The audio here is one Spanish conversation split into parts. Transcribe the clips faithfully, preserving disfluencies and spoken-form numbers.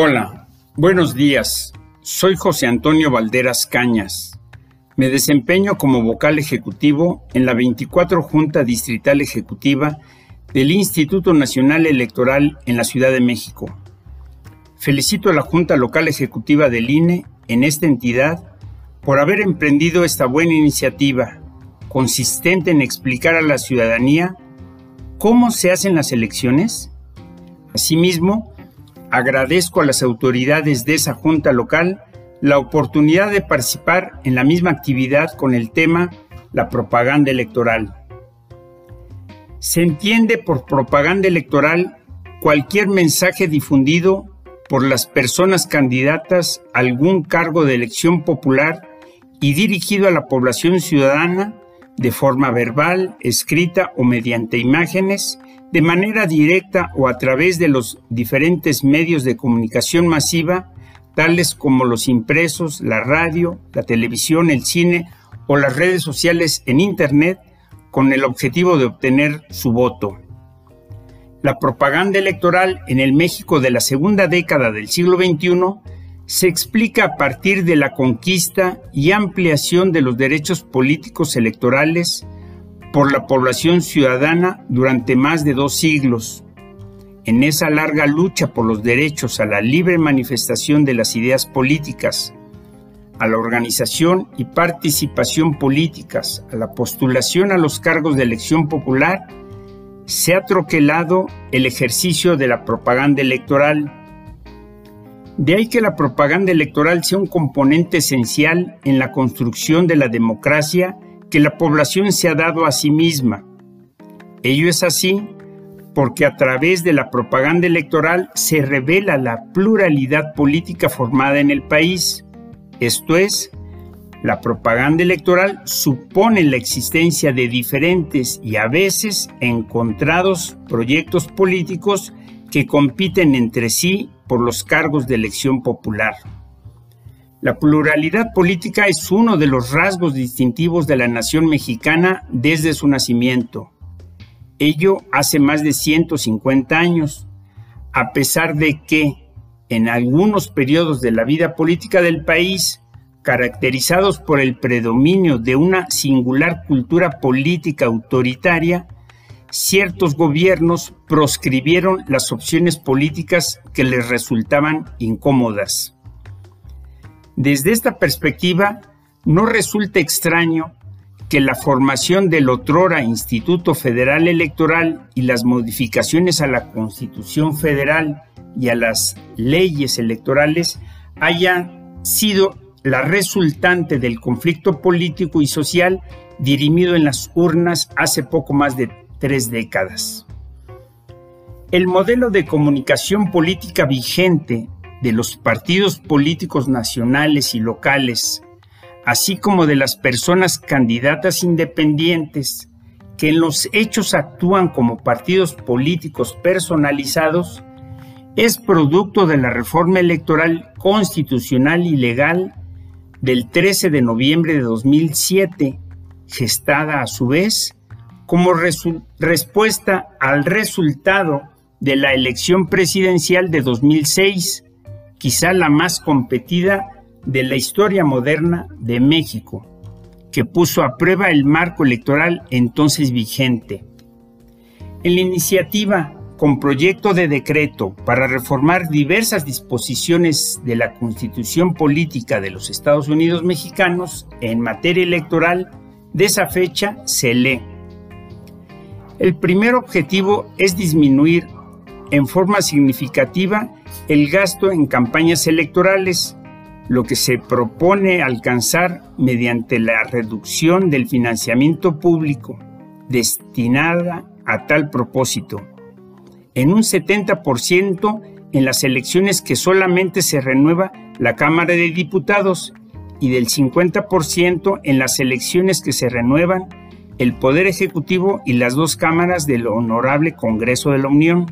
Hola, buenos días. Soy José Antonio Valderas Cañas. Me desempeño como vocal ejecutivo en la veinticuatro Junta Distrital Ejecutiva del Instituto Nacional Electoral en la Ciudad de México. Felicito a la Junta Local Ejecutiva del I N E en esta entidad por haber emprendido esta buena iniciativa, consistente en explicar a la ciudadanía cómo se hacen las elecciones. Asimismo, agradezco a las autoridades de esa junta local la oportunidad de participar en la misma actividad con el tema la propaganda electoral. Se entiende por propaganda electoral cualquier mensaje difundido por las personas candidatas a algún cargo de elección popular y dirigido a la población ciudadana de forma verbal, escrita o mediante imágenes, de manera directa o a través de los diferentes medios de comunicación masiva, tales como los impresos, la radio, la televisión, el cine o las redes sociales en Internet, con el objetivo de obtener su voto. La propaganda electoral en el México de la segunda década del siglo veintiuno se explica a partir de la conquista y ampliación de los derechos políticos electorales por la población ciudadana durante más de dos siglos. En esa larga lucha por los derechos a la libre manifestación de las ideas políticas, a la organización y participación políticas, a la postulación a los cargos de elección popular, se ha troquelado el ejercicio de la propaganda electoral. De ahí que la propaganda electoral sea un componente esencial en la construcción de la democracia que la población se ha dado a sí misma. Ello es así porque a través de la propaganda electoral se revela la pluralidad política formada en el país. Esto es, la propaganda electoral supone la existencia de diferentes y a veces encontrados proyectos políticos que compiten entre sí por los cargos de elección popular. La pluralidad política es uno de los rasgos distintivos de la nación mexicana desde su nacimiento. Ello hace más de ciento cincuenta años, a pesar de que, en algunos periodos de la vida política del país, caracterizados por el predominio de una singular cultura política autoritaria, ciertos gobiernos proscribieron las opciones políticas que les resultaban incómodas. Desde esta perspectiva, no resulta extraño que la formación del otrora Instituto Federal Electoral y las modificaciones a la Constitución Federal y a las leyes electorales hayan sido la resultante del conflicto político y social dirimido en las urnas hace poco más de tres décadas. El modelo de comunicación política vigente de los partidos políticos nacionales y locales, así como de las personas candidatas independientes que en los hechos actúan como partidos políticos personalizados, es producto de la reforma electoral constitucional y legal del trece de noviembre de dos mil siete, gestada a su vez como respuesta al resultado de la elección presidencial de dos mil seis, quizá la más competida de la historia moderna de México, que puso a prueba el marco electoral entonces vigente. En la iniciativa con proyecto de decreto para reformar diversas disposiciones de la Constitución Política de los Estados Unidos Mexicanos en materia electoral, de esa fecha se lee: el primer objetivo es disminuir en forma significativa el gasto en campañas electorales, lo que se propone alcanzar mediante la reducción del financiamiento público destinada a tal propósito, en un setenta por ciento en las elecciones que solamente se renueva la Cámara de Diputados y del cincuenta por ciento en las elecciones que se renuevan el Poder Ejecutivo y las dos cámaras del Honorable Congreso de la Unión.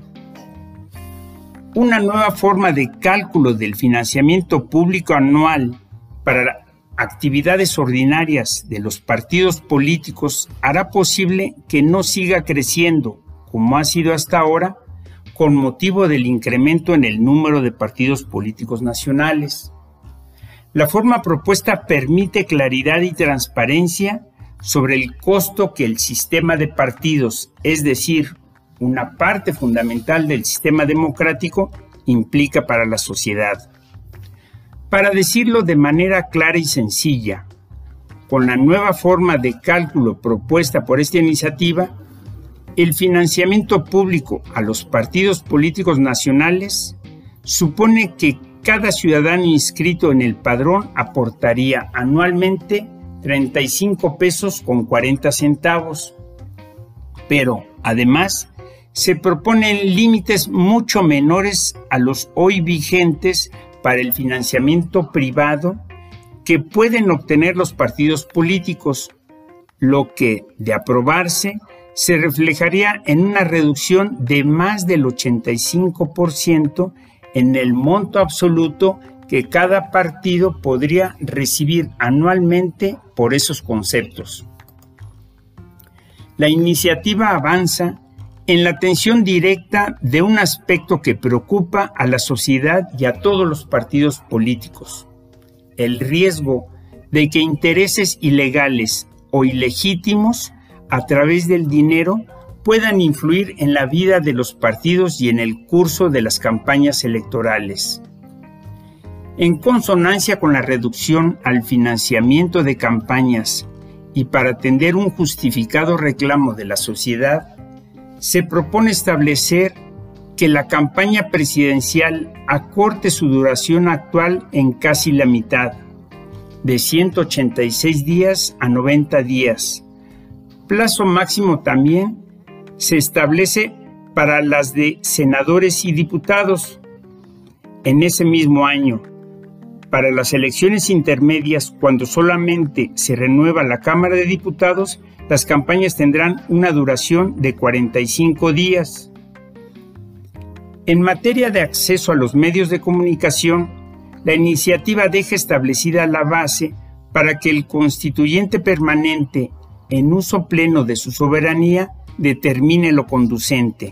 Una nueva forma de cálculo del financiamiento público anual para actividades ordinarias de los partidos políticos hará posible que no siga creciendo, como ha sido hasta ahora, con motivo del incremento en el número de partidos políticos nacionales. La forma propuesta permite claridad y transparencia sobre el costo que el sistema de partidos, es decir, una parte fundamental del sistema democrático, implica para la sociedad. Para decirlo de manera clara y sencilla, con la nueva forma de cálculo propuesta por esta iniciativa, el financiamiento público a los partidos políticos nacionales supone que cada ciudadano inscrito en el padrón aportaría anualmente treinta y cinco pesos con cuarenta centavos. Pero, además, se proponen límites mucho menores a los hoy vigentes para el financiamiento privado que pueden obtener los partidos políticos, lo que, de aprobarse, se reflejaría en una reducción de más del ochenta y cinco por ciento en el monto absoluto que cada partido podría recibir anualmente por esos conceptos. La iniciativa avanza en la atención directa de un aspecto que preocupa a la sociedad y a todos los partidos políticos: el riesgo de que intereses ilegales o ilegítimos a través del dinero puedan influir en la vida de los partidos y en el curso de las campañas electorales. En consonancia con la reducción al financiamiento de campañas y para atender un justificado reclamo de la sociedad, se propone establecer que la campaña presidencial acorte su duración actual en casi la mitad, de ciento ochenta y seis días a noventa días. Plazo máximo también se establece para las de senadores y diputados en ese mismo año. Para las elecciones intermedias, cuando solamente se renueva la Cámara de Diputados, las campañas tendrán una duración de cuarenta y cinco días. En materia de acceso a los medios de comunicación, la iniciativa deja establecida la base para que el constituyente permanente, en uso pleno de su soberanía, determine lo conducente.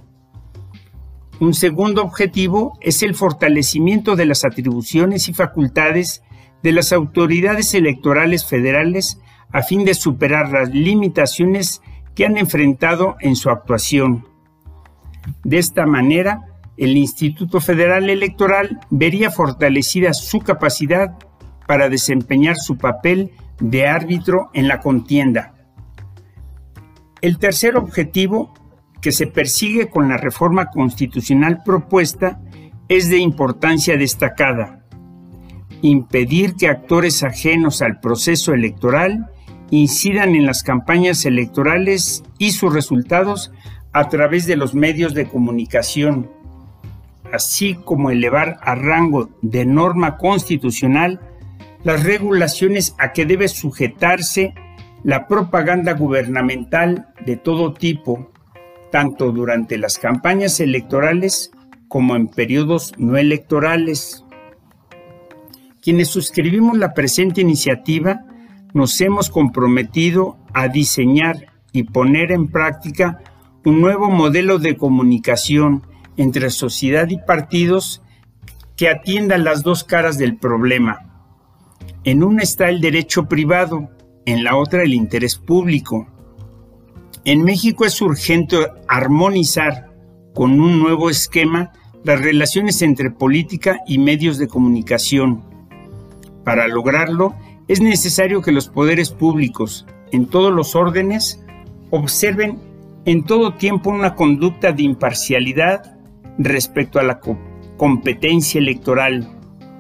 Un segundo objetivo es el fortalecimiento de las atribuciones y facultades de las autoridades electorales federales a fin de superar las limitaciones que han enfrentado en su actuación. De esta manera, el Instituto Federal Electoral vería fortalecida su capacidad para desempeñar su papel de árbitro en la contienda. El tercer objetivo que se persigue con la reforma constitucional propuesta es de importancia destacada: impedir que actores ajenos al proceso electoral incidan en las campañas electorales y sus resultados a través de los medios de comunicación, así como elevar a rango de norma constitucional las regulaciones a que debe sujetarse la propaganda gubernamental de todo tipo, tanto durante las campañas electorales como en periodos no electorales. Quienes suscribimos la presente iniciativa nos hemos comprometido a diseñar y poner en práctica un nuevo modelo de comunicación entre sociedad y partidos que atienda las dos caras del problema. En una está el derecho privado, en la otra el interés público. En México es urgente armonizar con un nuevo esquema las relaciones entre política y medios de comunicación. Para lograrlo, es necesario que los poderes públicos, en todos los órdenes, observen en todo tiempo una conducta de imparcialidad respecto a la co- competencia electoral.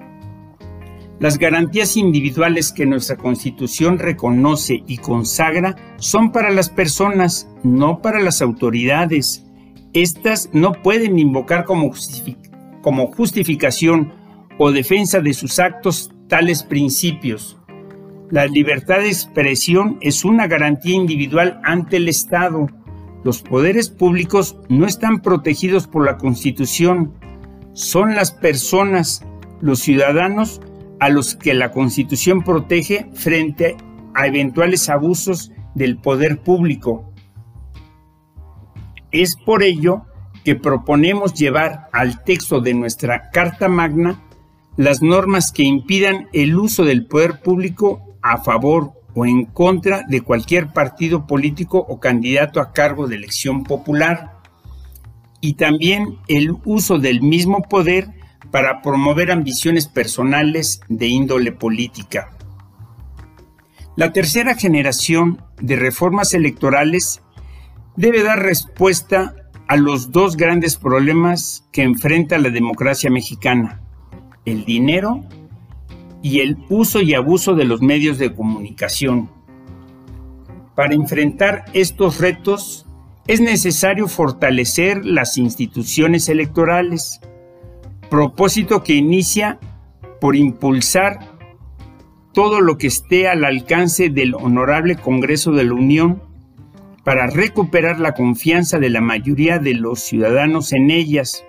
Las garantías individuales que nuestra Constitución reconoce y consagra son para las personas, no para las autoridades. Estas no pueden invocar como, justific- como justificación o defensa de sus actos tales principios. La libertad de expresión es una garantía individual ante el Estado. Los poderes públicos no están protegidos por la Constitución. Son las personas, los ciudadanos, a los que la Constitución protege frente a eventuales abusos del poder público. Es por ello que proponemos llevar al texto de nuestra Carta Magna las normas que impidan el uso del poder público a favor o en contra de cualquier partido político o candidato a cargo de elección popular, y también el uso del mismo poder para promover ambiciones personales de índole política. La tercera generación de reformas electorales debe dar respuesta a los dos grandes problemas que enfrenta la democracia mexicana: el dinero y el uso y abuso de los medios de comunicación. Para enfrentar estos retos es necesario fortalecer las instituciones electorales, propósito que inicia por impulsar todo lo que esté al alcance del Honorable Congreso de la Unión para recuperar la confianza de la mayoría de los ciudadanos en ellas.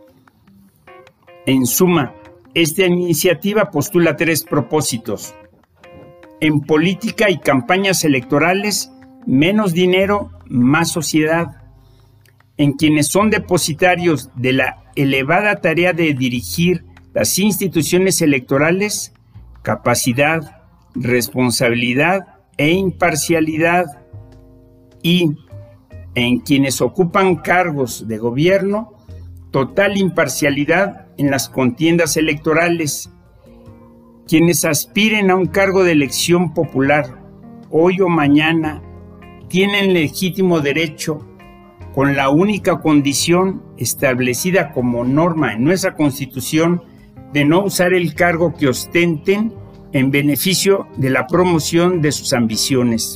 En suma, esta iniciativa postula tres propósitos: en política y campañas electorales, menos dinero, más sociedad; en quienes son depositarios de la elevada tarea de dirigir las instituciones electorales, capacidad, responsabilidad e imparcialidad; y en quienes ocupan cargos de gobierno, total imparcialidad en las contiendas electorales. Quienes aspiren a un cargo de elección popular, hoy o mañana, tienen legítimo derecho, con la única condición establecida como norma en nuestra Constitución, de no usar el cargo que ostenten en beneficio de la promoción de sus ambiciones.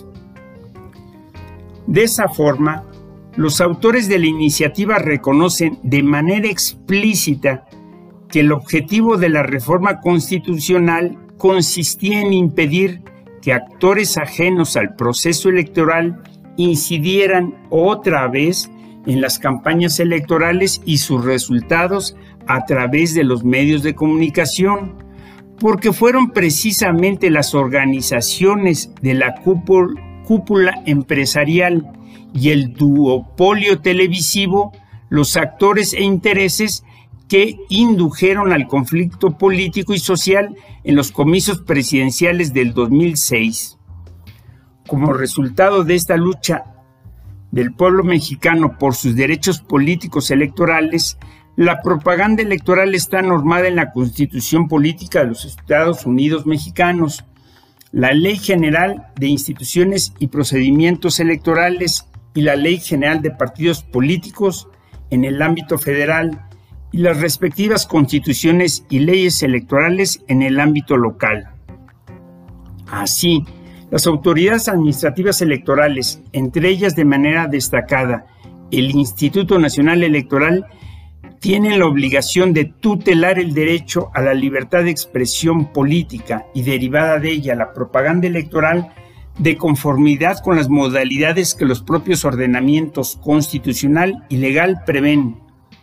De esa forma, los autores de la iniciativa reconocen de manera explícita que el objetivo de la reforma constitucional consistía en impedir que actores ajenos al proceso electoral incidieran otra vez en las campañas electorales y sus resultados a través de los medios de comunicación, porque fueron precisamente las organizaciones de la cúpula, cúpula empresarial y el duopolio televisivo los actores e intereses que indujeron al conflicto político y social en los comicios presidenciales del dos mil seis. Como resultado de esta lucha del pueblo mexicano por sus derechos políticos electorales, la propaganda electoral está normada en la Constitución Política de los Estados Unidos Mexicanos, la Ley General de Instituciones y Procedimientos Electorales y la Ley General de Partidos Políticos en el ámbito federal, y las respectivas constituciones y leyes electorales en el ámbito local. Así, las autoridades administrativas electorales, entre ellas de manera destacada el Instituto Nacional Electoral, tienen la obligación de tutelar el derecho a la libertad de expresión política y, derivada de ella, la propaganda electoral, de conformidad con las modalidades que los propios ordenamientos constitucional y legal prevén.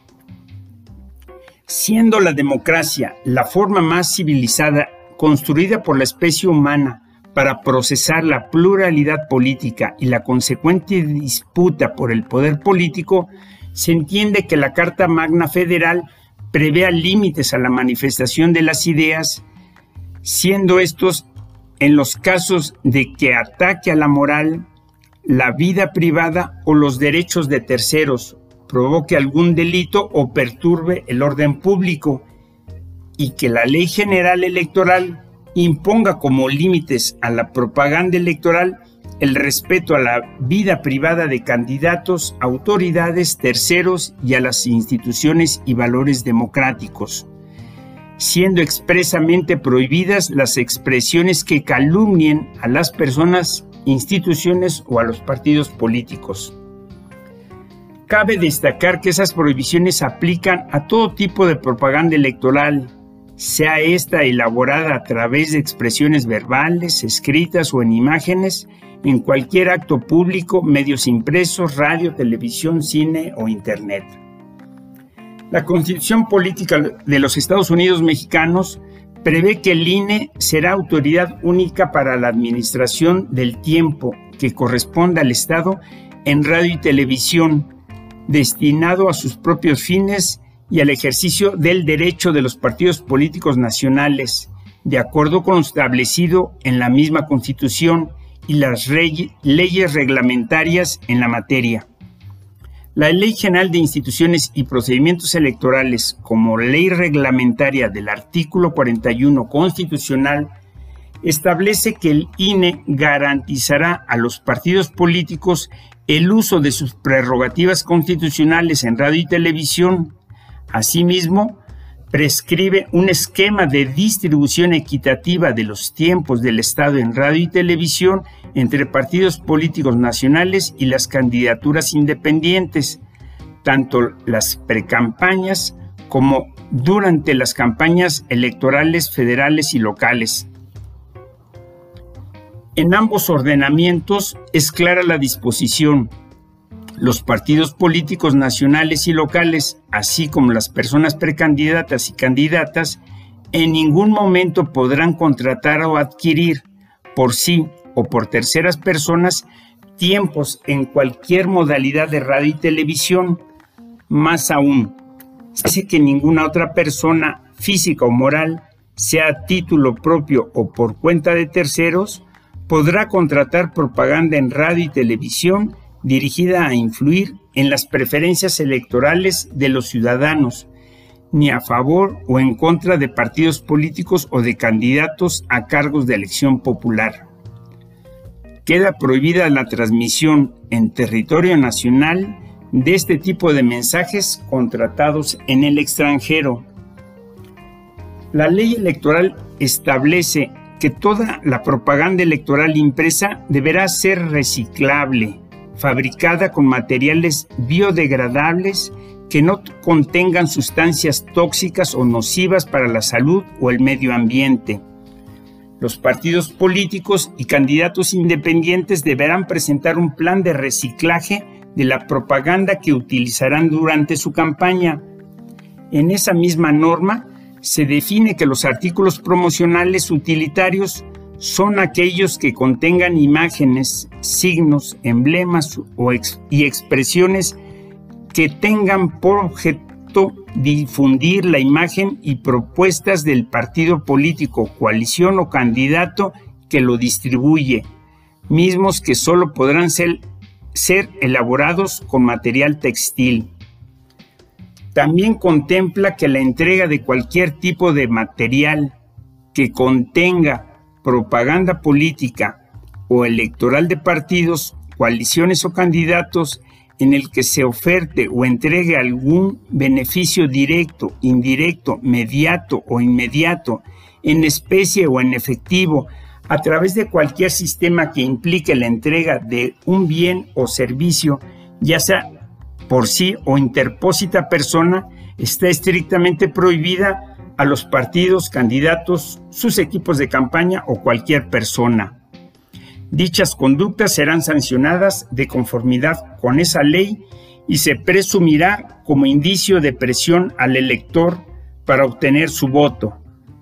Siendo la democracia la forma más civilizada construida por la especie humana para procesar la pluralidad política y la consecuente disputa por el poder político, se entiende que la Carta Magna Federal prevea límites a la manifestación de las ideas, siendo estos en los casos de que ataque a la moral, la vida privada o los derechos de terceros, provoque algún delito o perturbe el orden público, y que la Ley General Electoral imponga como límites a la propaganda electoral el respeto a la vida privada de candidatos, autoridades, terceros y a las instituciones y valores democráticos, siendo expresamente prohibidas las expresiones que calumnien a las personas, instituciones o a los partidos políticos. Cabe destacar que esas prohibiciones aplican a todo tipo de propaganda electoral, sea esta elaborada a través de expresiones verbales, escritas o en imágenes, en cualquier acto público, medios impresos, radio, televisión, cine o internet. La Constitución Política de los Estados Unidos Mexicanos prevé que el I N E será autoridad única para la administración del tiempo que corresponda al Estado en radio y televisión, destinado a sus propios fines y al ejercicio del derecho de los partidos políticos nacionales, de acuerdo con lo establecido en la misma Constitución y las leyes reglamentarias en la materia. La Ley General de Instituciones y Procedimientos Electorales, como ley reglamentaria del artículo cuarenta y uno constitucional, establece que el I N E garantizará a los partidos políticos el uso de sus prerrogativas constitucionales en radio y televisión. Asimismo, prescribe un esquema de distribución equitativa de los tiempos del Estado en radio y televisión entre partidos políticos nacionales y las candidaturas independientes, tanto las precampañas como durante las campañas electorales federales y locales. En ambos ordenamientos es clara la disposición. Los partidos políticos nacionales y locales, así como las personas precandidatas y candidatas, en ningún momento podrán contratar o adquirir por sí o por terceras personas tiempos en cualquier modalidad de radio y televisión. Más aún, dice que ninguna otra persona física o moral, sea a título propio o por cuenta de terceros, podrá contratar propaganda en radio y televisión dirigida a influir en las preferencias electorales de los ciudadanos, ni a favor o en contra de partidos políticos o de candidatos a cargos de elección popular. Queda prohibida la transmisión en territorio nacional de este tipo de mensajes contratados en el extranjero. La ley electoral establece que toda la propaganda electoral impresa deberá ser reciclable, fabricada con materiales biodegradables que no contengan sustancias tóxicas o nocivas para la salud o el medio ambiente. Los partidos políticos y candidatos independientes deberán presentar un plan de reciclaje de la propaganda que utilizarán durante su campaña. En esa misma norma se define que los artículos promocionales utilitarios son aquellos que contengan imágenes, signos, emblemas o ex y expresiones que tengan por objeto difundir la imagen y propuestas del partido político, coalición o candidato que lo distribuye, mismos que solo podrán ser, ser elaborados con material textil. También contempla que la entrega de cualquier tipo de material que contenga propaganda política o electoral de partidos, coaliciones o candidatos en el que se oferte o entregue algún beneficio directo, indirecto, mediato o inmediato, en especie o en efectivo, a través de cualquier sistema que implique la entrega de un bien o servicio, ya sea por sí o interpósita persona, está estrictamente prohibida a los partidos, candidatos, sus equipos de campaña o cualquier persona. Dichas conductas serán sancionadas de conformidad con esa ley y se presumirá como indicio de presión al elector para obtener su voto.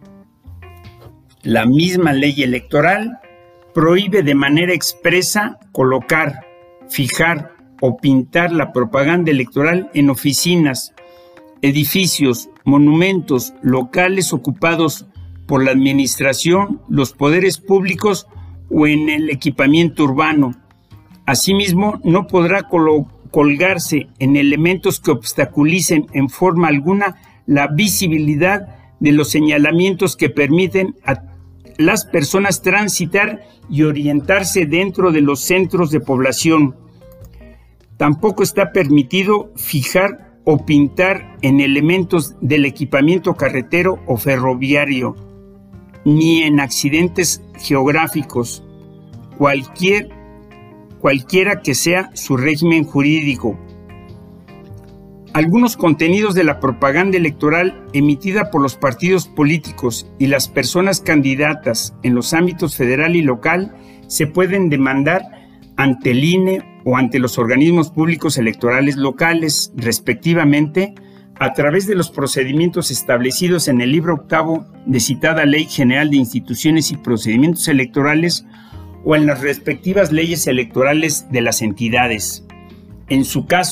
La misma ley electoral prohíbe de manera expresa colocar, fijar o pintar la propaganda electoral en oficinas, edificios, monumentos, locales ocupados por la administración, los poderes públicos o en el equipamiento urbano. Asimismo, no podrá col- colgarse en elementos que obstaculicen en forma alguna la visibilidad de los señalamientos que permiten a las personas transitar y orientarse dentro de los centros de población. Tampoco está permitido fijar o pintar en elementos del equipamiento carretero o ferroviario, ni en accidentes geográficos, cualquier, cualquiera que sea su régimen jurídico. Algunos contenidos de la propaganda electoral emitida por los partidos políticos y las personas candidatas en los ámbitos federal y local se pueden demandar ante el I N E o ante los organismos públicos electorales locales, respectivamente, a través de los procedimientos establecidos en el libro octavo de citada Ley General de Instituciones y Procedimientos Electorales o en las respectivas leyes electorales de las entidades. En su caso,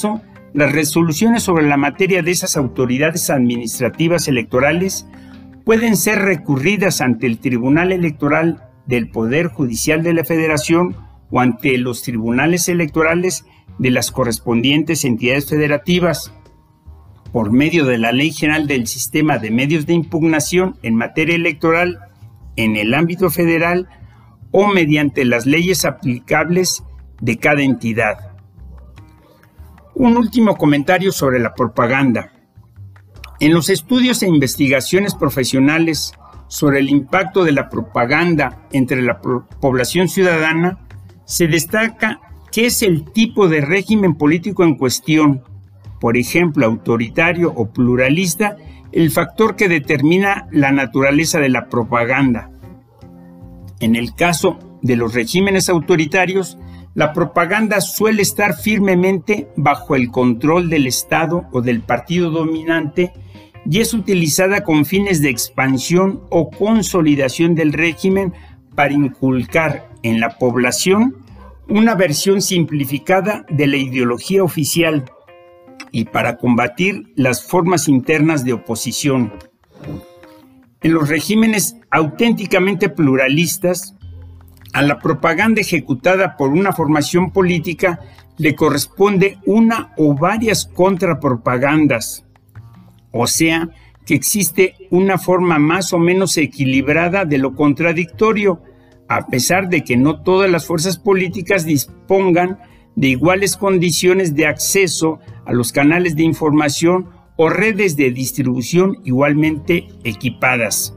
las resoluciones sobre la materia de esas autoridades administrativas electorales pueden ser recurridas ante el Tribunal Electoral del Poder Judicial de la Federación o ante los tribunales electorales de las correspondientes entidades federativas, por medio de la Ley General del Sistema de Medios de Impugnación en materia electoral en el ámbito federal o mediante las leyes aplicables de cada entidad. Un último comentario sobre la propaganda. En los estudios e investigaciones profesionales sobre el impacto de la propaganda entre la población ciudadana, se destaca qué es el tipo de régimen político en cuestión, por ejemplo, autoritario o pluralista, el factor que determina la naturaleza de la propaganda. En el caso de los regímenes autoritarios, la propaganda suele estar firmemente bajo el control del Estado o del partido dominante y es utilizada con fines de expansión o consolidación del régimen para inculcar en la población una versión simplificada de la ideología oficial y para combatir las formas internas de oposición. En los regímenes auténticamente pluralistas, a la propaganda ejecutada por una formación política le corresponde una o varias contrapropagandas, o sea, que existe una forma más o menos equilibrada de lo contradictorio, a pesar de que no todas las fuerzas políticas dispongan de iguales condiciones de acceso a los canales de información o redes de distribución igualmente equipadas.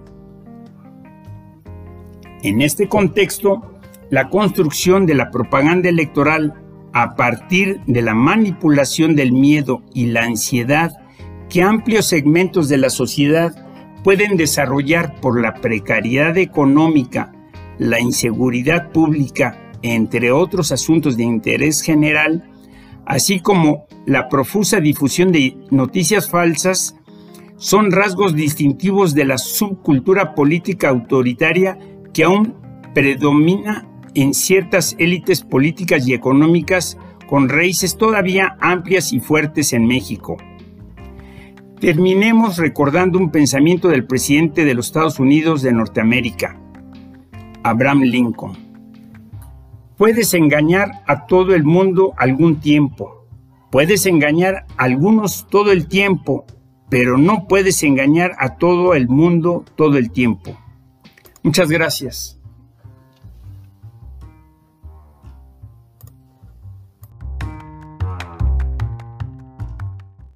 En este contexto, la construcción de la propaganda electoral a partir de la manipulación del miedo y la ansiedad que amplios segmentos de la sociedad pueden desarrollar por la precariedad económica, la inseguridad pública, entre otros asuntos de interés general, así como la profusa difusión de noticias falsas, son rasgos distintivos de la subcultura política autoritaria que aún predomina en ciertas élites políticas y económicas con raíces todavía amplias y fuertes en México. Terminemos recordando un pensamiento del presidente de los Estados Unidos de Norteamérica, Abraham Lincoln. Puedes engañar a todo el mundo algún tiempo, puedes engañar a algunos todo el tiempo, pero no puedes engañar a todo el mundo todo el tiempo. Muchas gracias.